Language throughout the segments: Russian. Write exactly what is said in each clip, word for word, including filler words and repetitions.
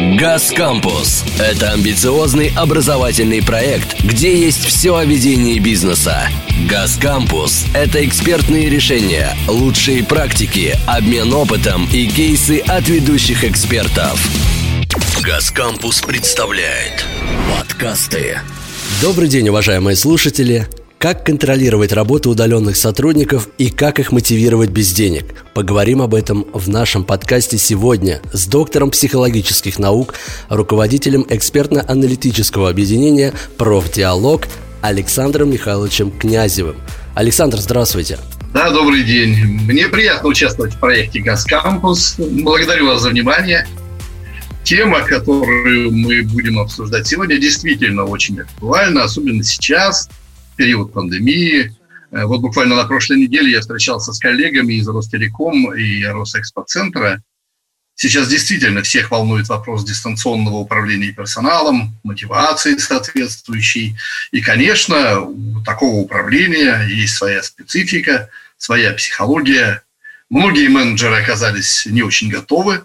ГазКампус – это амбициозный образовательный проект, где есть все о ведении бизнеса. ГазКампус – это экспертные решения, лучшие практики, обмен опытом и кейсы от ведущих экспертов. ГазКампус представляет подкасты. Добрый день, уважаемые слушатели! Как контролировать работу удаленных сотрудников и как их мотивировать без денег? Поговорим об этом в нашем подкасте сегодня с доктором психологических наук, руководителем экспертно-аналитического объединения «Профдиалог» Александром Михайловичем Князевым. Александр, здравствуйте. Да, добрый день. Мне приятно участвовать в проекте «ГазКампус». Благодарю вас за внимание. Тема, которую мы будем обсуждать сегодня, действительно очень актуальна, особенно сейчас, период пандемии. Вот буквально на прошлой неделе я встречался с коллегами из Ростелеком и Росэкспоцентра. Сейчас действительно всех волнует вопрос дистанционного управления персоналом, мотивации соответствующей. И, конечно, у такого управления есть своя специфика, своя психология. Многие менеджеры оказались не очень готовы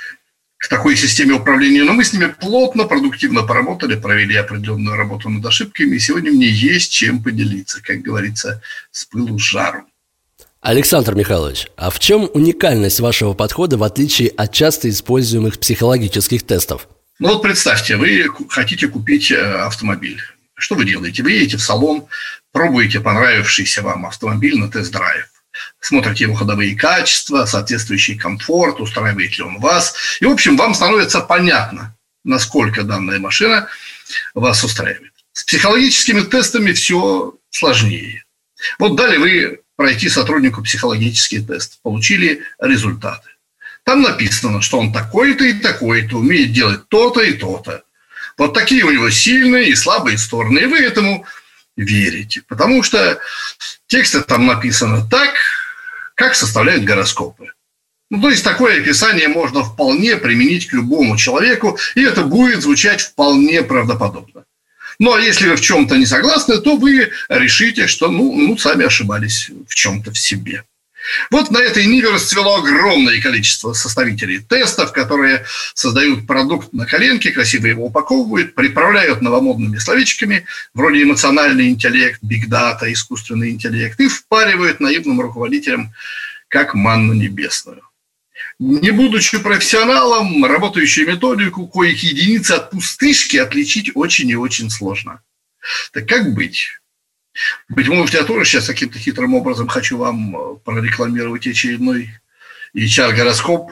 к такой системе управления, но мы с ними плотно, продуктивно поработали, провели определенную работу над ошибками, и сегодня мне есть чем поделиться, как говорится, с пылу с жару. Александр Михайлович, а в чем уникальность вашего подхода, в отличие от часто используемых психологических тестов? Ну вот представьте, вы хотите купить автомобиль. Что вы делаете? Вы едете в салон, пробуете понравившийся вам автомобиль на тест-драйв. Смотрите его ходовые качества, соответствующий комфорт, устраивает ли он вас. И, в общем, вам становится понятно, насколько данная машина вас устраивает. С психологическими тестами все сложнее. Вот дали вы пройти сотруднику психологический тест, получили результаты. Там написано, что он такой-то и такой-то, умеет делать то-то и то-то. Вот такие у него сильные и слабые стороны, и вы этому верите. Потому что тексты там написано так, как составляют гороскопы. Ну, то есть такое описание можно вполне применить к любому человеку, и это будет звучать вполне правдоподобно. Ну, а если вы в чем-то не согласны, то вы решите, что ну, ну сами ошибались в чем-то в себе. Вот на этой ниве расцвело огромное количество составителей тестов, которые создают продукт на коленке, красиво его упаковывают, приправляют новомодными словечками, вроде эмоциональный интеллект, биг-дата, искусственный интеллект, и впаривают наивным руководителям как манну небесную. Не будучи профессионалом, работающую методику, коих единицы от пустышки отличить очень и очень сложно. Так как быть? Быть может, я тоже сейчас каким-то хитрым образом хочу вам прорекламировать очередной эйч ар-гороскоп.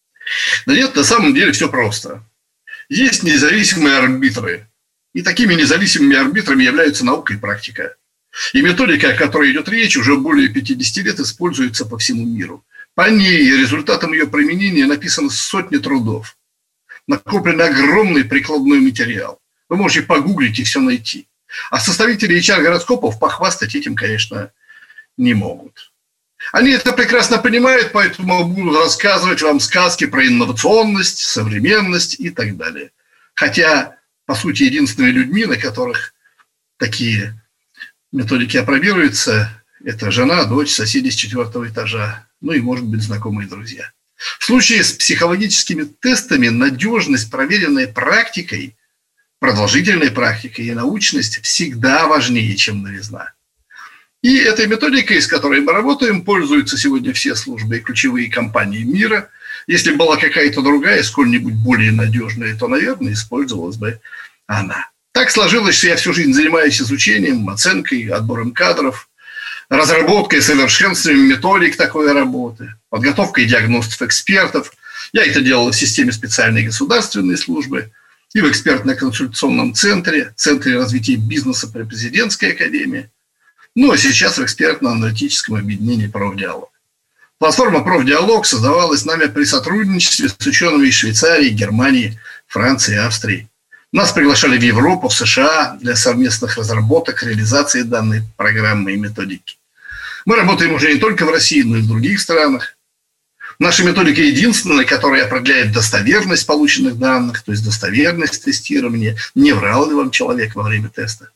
Да нет, на самом деле все просто. Есть независимые арбитры. И такими независимыми арбитрами являются наука и практика. И методика, о которой идет речь, уже более пятьдесят лет используется по всему миру. По ней и результатам ее применения написано сотни трудов. Накоплен огромный прикладной материал. Вы можете погуглить и все найти. А составители эйч ар-гороскопов похвастать этим, конечно, не могут. Они это прекрасно понимают, поэтому будут рассказывать вам сказки про инновационность, современность и так далее. Хотя, по сути, единственными людьми, на которых такие методики опробируются, это жена, дочь, соседи с четвертого этажа, ну и, может быть, знакомые друзья. В случае с психологическими тестами надежность, проверенная практикой, продолжительной практикой и научность всегда важнее, чем новизна. И этой методикой, с которой мы работаем, пользуются сегодня все службы и ключевые компании мира. Если была какая-то другая, сколь-нибудь более надежная, то, наверное, использовалась бы она. Так сложилось, что я всю жизнь занимаюсь изучением, оценкой, отбором кадров, разработкой, совершенствованием методик такой работы, подготовкой диагностов-экспертов. Я это делал в системе специальной государственной службы и в экспертно-консультационном центре, Центре развития бизнеса при Президентской академии, ну а сейчас в экспертно-аналитическом объединении «Профдиалог». Платформа «Профдиалог» создавалась нами при сотрудничестве с учеными из Швейцарии, Германии, Франции, Австрии. Нас приглашали в Европу, в США для совместных разработок, реализации данной программы и методики. Мы работаем уже не только в России, но и в других странах. Наша методика единственная, которая определяет достоверность полученных данных, то есть достоверность тестирования, не врал ли вам человек во время теста.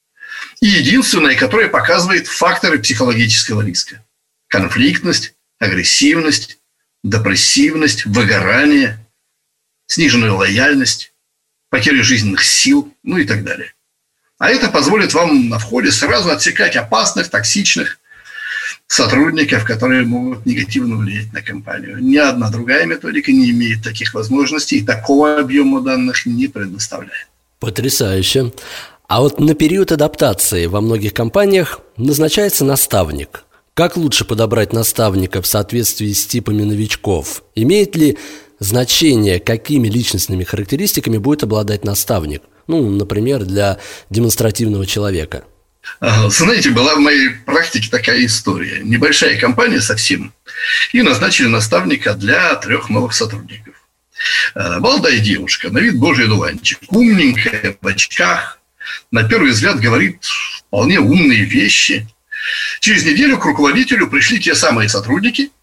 И единственная, которая показывает факторы психологического риска. Конфликтность, агрессивность, депрессивность, выгорание, сниженную лояльность, потерю жизненных сил, ну и так далее. А это позволит вам на входе сразу отсекать опасных, токсичных сотрудников, которые могут негативно влиять на компанию. Ни одна другая методика не имеет таких возможностей и такого объема данных не предоставляет. Потрясающе. А вот на период адаптации во многих компаниях назначается наставник. Как лучше подобрать наставника в соответствии с типами новичков? Имеет ли значение, какими личностными характеристиками будет обладать наставник? Ну, например, для демонстративного человека. Знаете, была в моей практике такая история. Небольшая компания совсем. И назначили наставника для трех новых сотрудников. Молодая девушка, на вид божий дуванчик, умненькая, в очках. На первый взгляд говорит вполне умные вещи. Через неделю к руководителю пришли те самые сотрудники.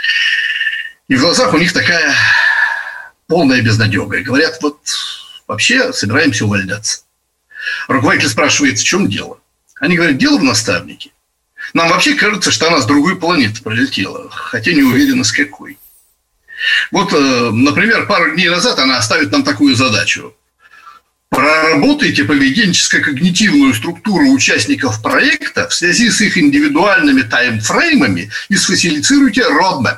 И в глазах у них такая полная безнадега. Говорят, вот вообще собираемся увольняться. Руководитель спрашивает, в чем дело? Они говорят, дело в наставнике. Нам вообще кажется, что она с другой планеты прилетела, хотя не уверена, с какой. Вот, например, пару дней назад она ставит нам такую задачу. Проработайте поведенческо-когнитивную структуру участников проекта в связи с их индивидуальными таймфреймами и сфасилицируйте roadmap.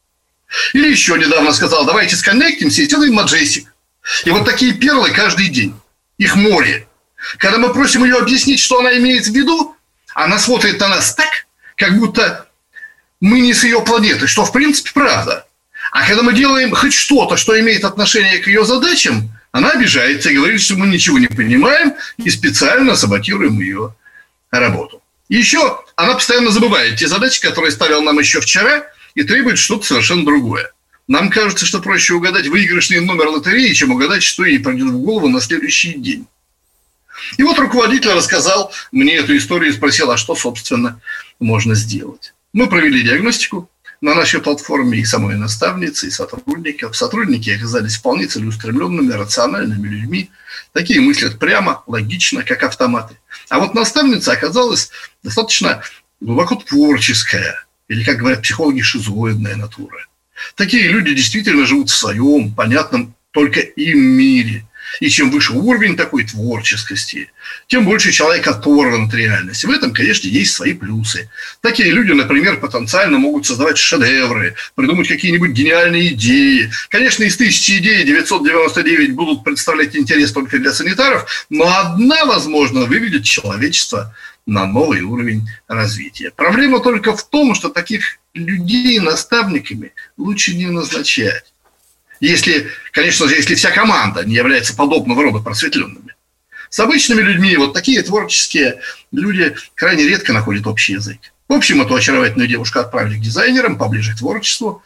Или еще недавно сказал, давайте сконнектимся и сделаем маджесик. И вот такие перлы каждый день. Их море. Когда мы просим ее объяснить, что она имеет в виду, она смотрит на нас так, как будто мы не с ее планеты, что в принципе правда. А когда мы делаем хоть что-то, что имеет отношение к ее задачам, она обижается и говорит, что мы ничего не понимаем и специально саботируем ее работу. И еще она постоянно забывает те задачи, которые ставил нам еще вчера, и требует что-то совершенно другое. Нам кажется, что проще угадать выигрышный номер лотереи, чем угадать, что ей придет в голову на следующий день. И вот руководитель рассказал мне эту историю и спросил, а что, собственно, можно сделать. Мы провели диагностику на нашей платформе и самой наставницы, и сотрудников. Сотрудники оказались вполне целеустремленными, рациональными людьми. Такие мыслят прямо, логично, как автоматы. А вот наставница оказалась достаточно глубоко творческая, или, как говорят психологи, шизоидная натура. Такие люди действительно живут в своем, понятном только им мире. И чем выше уровень такой творческости, тем больше человек оторван от реальности. В этом, конечно, есть свои плюсы. Такие люди, например, потенциально могут создавать шедевры, придумать какие-нибудь гениальные идеи. Конечно, из тысячи идей девятьсот девяносто девять будут представлять интерес только для санитаров, но одна, возможно, выведет человечество на новый уровень развития. Проблема только в том, что таких людей наставниками лучше не назначать. Если, конечно же, если вся команда не является подобного рода просветленными. С обычными людьми вот такие творческие люди крайне редко находят общий язык. В общем, эту очаровательную девушку отправили к дизайнерам, поближе к творчеству,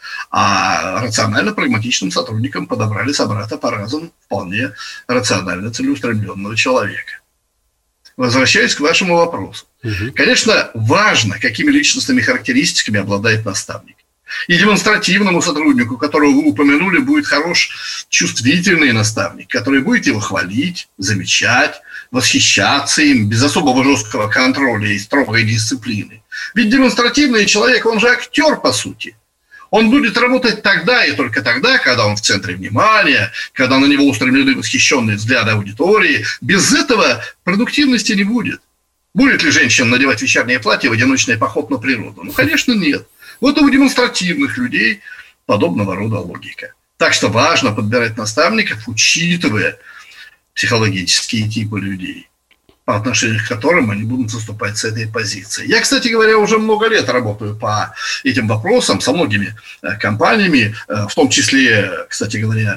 а рационально-прагматичным сотрудникам подобрали собрата по разуму вполне рационально целеустремленного человека. Возвращаясь к вашему вопросу. Угу. Конечно, важно, какими личностными характеристиками обладает наставник. И демонстративному сотруднику, которого вы упомянули, будет хорош чувствительный наставник, который будет его хвалить, замечать, восхищаться им без особого жесткого контроля и строгой дисциплины. Ведь демонстративный человек, он же актер, по сути. Он будет работать тогда и только тогда, когда он в центре внимания, когда на него устремлены восхищенные взгляды аудитории. Без этого продуктивности не будет. Будет ли женщина надевать вечернее платье в одиночный поход на природу? Ну, конечно, нет. Вот у демонстративных людей подобного рода логика. Так что важно подбирать наставников, учитывая психологические типы людей, по отношению к которым они будут выступать с этой позиции. Я, кстати говоря, уже много лет работаю по этим вопросам со многими компаниями, в том числе, кстати говоря,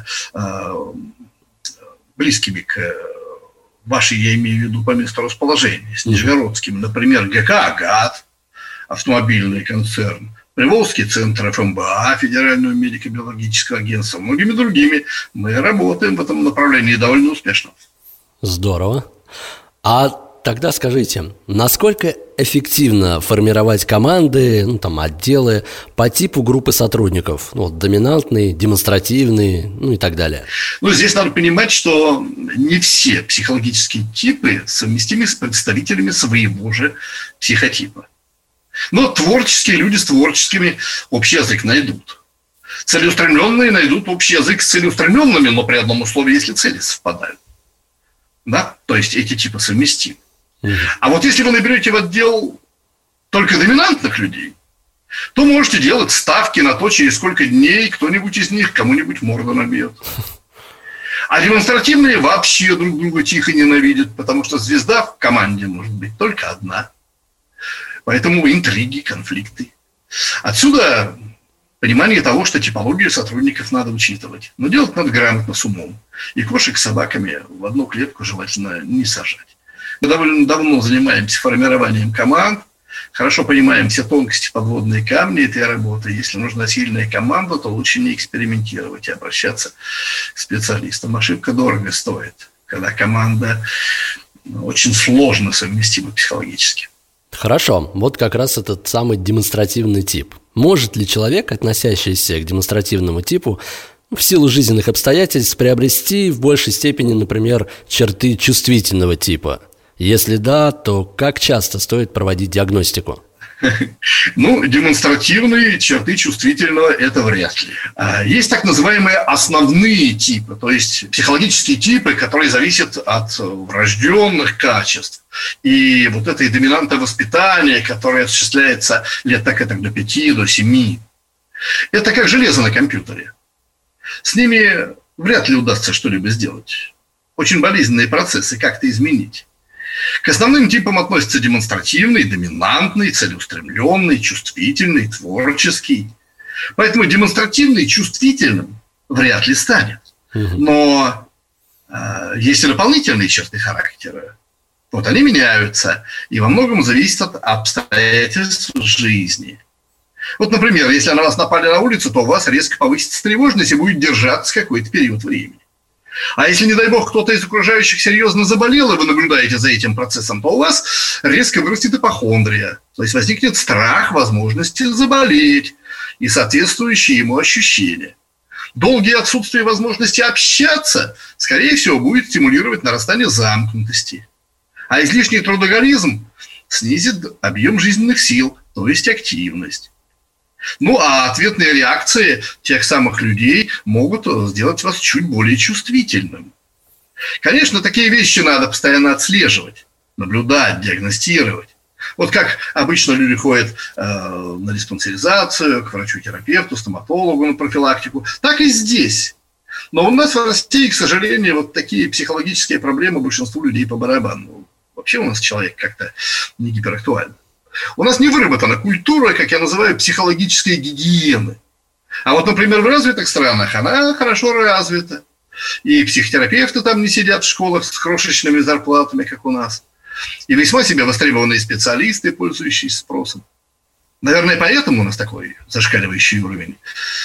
близкими к вашей, я имею в виду, по месту расположения, с Нижегородским, например, ГК «Агат», автомобильный концерн, Приволжский центр эф эм бэ а, Федерального медико-биологического агентства, многими другими. Мы работаем в этом направлении довольно успешно. Здорово. А тогда скажите, насколько эффективно формировать команды, ну, там, отделы по типу группы сотрудников? Ну, доминантные, демонстративные, ну и так далее. Ну, здесь надо понимать, что не все психологические типы совместимы с представителями своего же психотипа. Но творческие люди с творческими общий язык найдут. Целеустремленные найдут общий язык с целеустремленными, но при одном условии, если цели совпадают. Да? То есть эти типы совместимы. Mm-hmm. А вот если вы наберете в отдел только доминантных людей, то можете делать ставки на то, через сколько дней кто-нибудь из них кому-нибудь морду набьет. А демонстративные вообще друг друга тихо ненавидят, потому что звезда в команде может быть только одна. Поэтому интриги, конфликты. Отсюда понимание того, что типологию сотрудников надо учитывать. Но делать надо грамотно, с умом. И кошек с собаками в одну клетку желательно не сажать. Мы довольно давно занимаемся формированием команд, хорошо понимаем все тонкости, подводные камни этой работы. Если нужна сильная команда, то лучше не экспериментировать и обращаться к специалистам. Ошибка дорого стоит, когда команда очень сложно совместима психологически. Хорошо, вот как раз этот самый демонстративный тип. Может ли человек, относящийся к демонстративному типу, в силу жизненных обстоятельств приобрести в большей степени, например, черты чувствительного типа? Если да, то как часто стоит проводить диагностику? Ну, демонстративные черты чувствительного – это вряд ли. Есть так называемые основные типы, то есть психологические типы, которые зависят от врожденных качеств. И вот этой доминанты воспитания, которое осуществляется лет так и так до пяти, до семи. Это как железо на компьютере. С ними вряд ли удастся что-либо сделать. Очень болезненные процессы, как-то изменить. К основным типам относятся демонстративный, доминантный, целеустремленный, чувствительный, творческий. Поэтому демонстративный чувствительным вряд ли станет. Но э, есть и дополнительные черты характера. Вот они меняются и во многом зависят от обстоятельств жизни. Вот, например, если на вас напали на улицу, то у вас резко повысится тревожность и будет держаться какой-то период времени. А если, не дай бог, кто-то из окружающих серьезно заболел, и вы наблюдаете за этим процессом, то у вас резко вырастет ипохондрия. То есть возникнет страх возможности заболеть и соответствующие ему ощущения. Долгие отсутствие возможности общаться, скорее всего, будет стимулировать нарастание замкнутости. А излишний трудоголизм снизит объем жизненных сил, то есть активность. Ну, а ответные реакции тех самых людей могут сделать вас чуть более чувствительным. Конечно, такие вещи надо постоянно отслеживать, наблюдать, диагностировать. Вот как обычно люди ходят э, на диспансеризацию, к врачу-терапевту, стоматологу на профилактику, так и здесь. Но у нас в России, к сожалению, вот такие психологические проблемы большинству людей по барабану. Вообще у нас человек как-то не гиперактуален. У нас не выработана культура, как я называю, психологической гигиены. А вот, например, в развитых странах она хорошо развита. И психотерапевты там не сидят в школах с крошечными зарплатами, как у нас. И весьма себе востребованные специалисты, пользующиеся спросом. Наверное, поэтому у нас такой зашкаливающий уровень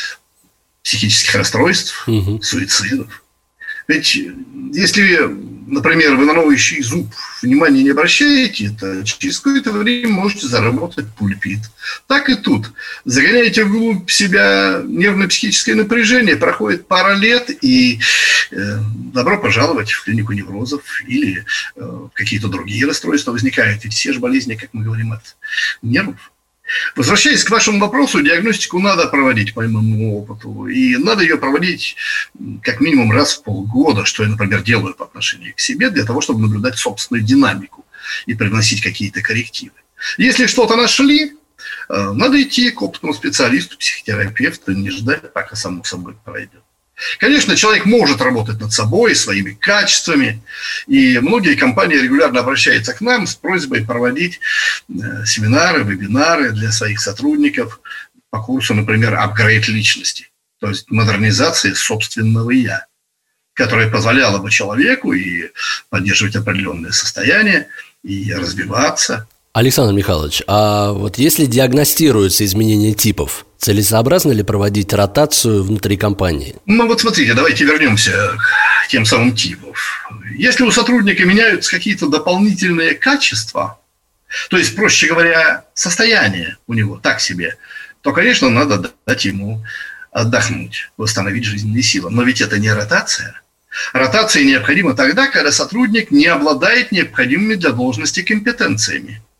психических расстройств, угу. суицидов. Ведь если, например, вы на ноющий зуб внимания не обращаете, то через какое-то время можете заработать пульпит. Так и тут. Загоняете вглубь себя нервно-психическое напряжение, проходит пара лет, и э, добро пожаловать в клинику неврозов или э, какие-то другие расстройства возникают. Ведь все же болезни, как мы говорим, от нервов. Возвращаясь к вашему вопросу, диагностику надо проводить, по моему опыту, и надо ее проводить как минимум раз в полгода, что я, например, делаю по отношению к себе, для того, чтобы наблюдать собственную динамику и привносить какие-то коррективы. Если что-то нашли, надо идти к опытному специалисту, психотерапевту, не ждать, пока само собой пройдет. Конечно, человек может работать над собой, своими качествами, и многие компании регулярно обращаются к нам с просьбой проводить семинары, вебинары для своих сотрудников по курсу, например, апгрейд личности, то есть модернизация собственного «я», которая позволяла бы человеку и поддерживать определенное состояние, и развиваться. Александр Михайлович, а вот если диагностируются изменения типов, целесообразно ли проводить ротацию внутри компании? Ну вот смотрите, давайте вернемся к тем самым типам. Если у сотрудника меняются какие-то дополнительные качества, то есть, проще говоря, состояние у него так себе, то, конечно, надо дать ему отдохнуть, восстановить жизненные силы. Но ведь это не ротация. Ротация необходима тогда, когда сотрудник не обладает необходимыми для должности компетенциями.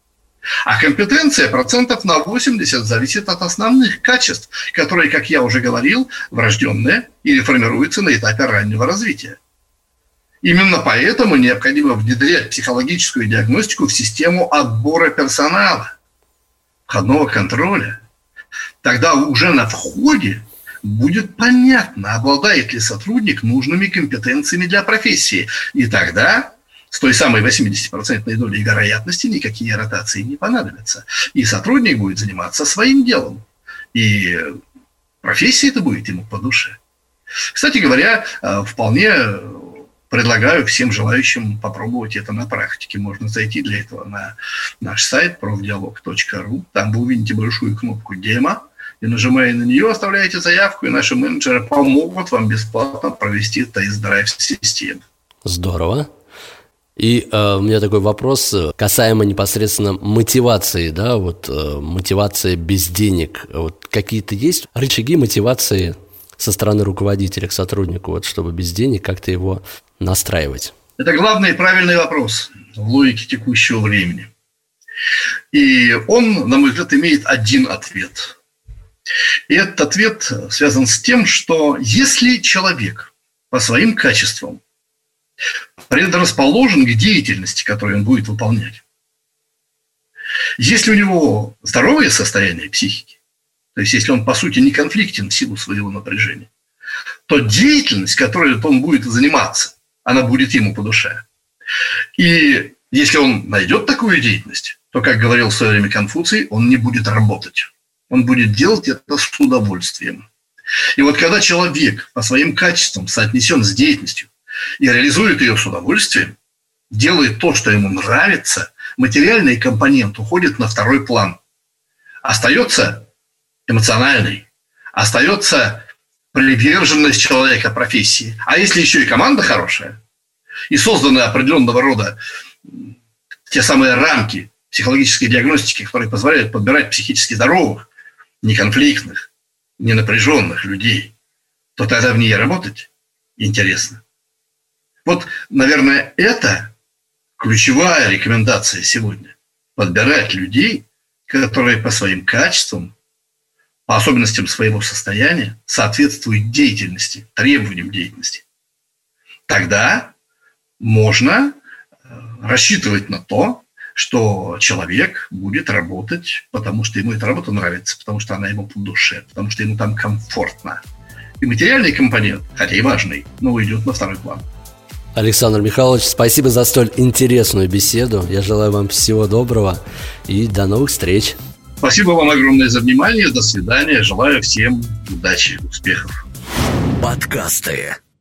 А компетенция процентов на восемьдесят зависит от основных качеств, которые, как я уже говорил, врожденные или формируются на этапе раннего развития. Именно поэтому необходимо внедрять психологическую диагностику в систему отбора персонала, входного контроля. Тогда уже на входе будет понятно, обладает ли сотрудник нужными компетенциями для профессии. И тогда с той самой восьмидесятипроцентной долей вероятности никакие ротации не понадобятся. И сотрудник будет заниматься своим делом. И профессия это будет ему по душе. Кстати говоря, вполне предлагаю всем желающим попробовать это на практике. Можно зайти для этого на наш сайт профдиалог точка ру. Там вы увидите большую кнопку «Демо». И нажимая на нее, оставляете заявку, и наши менеджеры помогут вам бесплатно провести тест-драйв системы. Здорово. И э, у меня такой вопрос касаемо непосредственно мотивации, да, вот э, мотивация без денег. Вот какие-то есть рычаги мотивации со стороны руководителя к сотруднику, вот, чтобы без денег как-то его настраивать? Это главный и правильный вопрос в логике текущего времени. И он, на мой взгляд, имеет один ответ. И этот ответ связан с тем, что если человек по своим качествам предрасположен к деятельности, которую он будет выполнять, если у него здоровое состояние психики, то есть если он, по сути, не конфликтен в силу своего напряжения, то деятельность, которой он будет заниматься, она будет ему по душе. И если он найдет такую деятельность, то, как говорил в свое время Конфуций, он не будет работать. Он будет делать это с удовольствием. И вот когда человек по своим качествам соотнесен с деятельностью и реализует ее с удовольствием, делает то, что ему нравится, материальный компонент уходит на второй план. Остается эмоциональный, остается приверженность человека профессии. А если еще и команда хорошая, и созданы определенного рода те самые рамки психологической диагностики, которые позволяют подбирать психически здоровых, неконфликтных, ненапряженных людей, то тогда в ней работать интересно. Вот, наверное, это ключевая рекомендация сегодня. Подбирать людей, которые по своим качествам, по особенностям своего состояния соответствуют деятельности, требованиям деятельности. Тогда можно рассчитывать на то, что человек будет работать, потому что ему эта работа нравится, потому что она ему по душе, потому что ему там комфортно. И материальный компонент, хотя и важный, но уйдет на второй план. Александр Михайлович, спасибо за столь интересную беседу. Я желаю вам всего доброго и до новых встреч. Спасибо вам огромное за внимание. До свидания. Желаю всем удачи, успехов. Подкасты.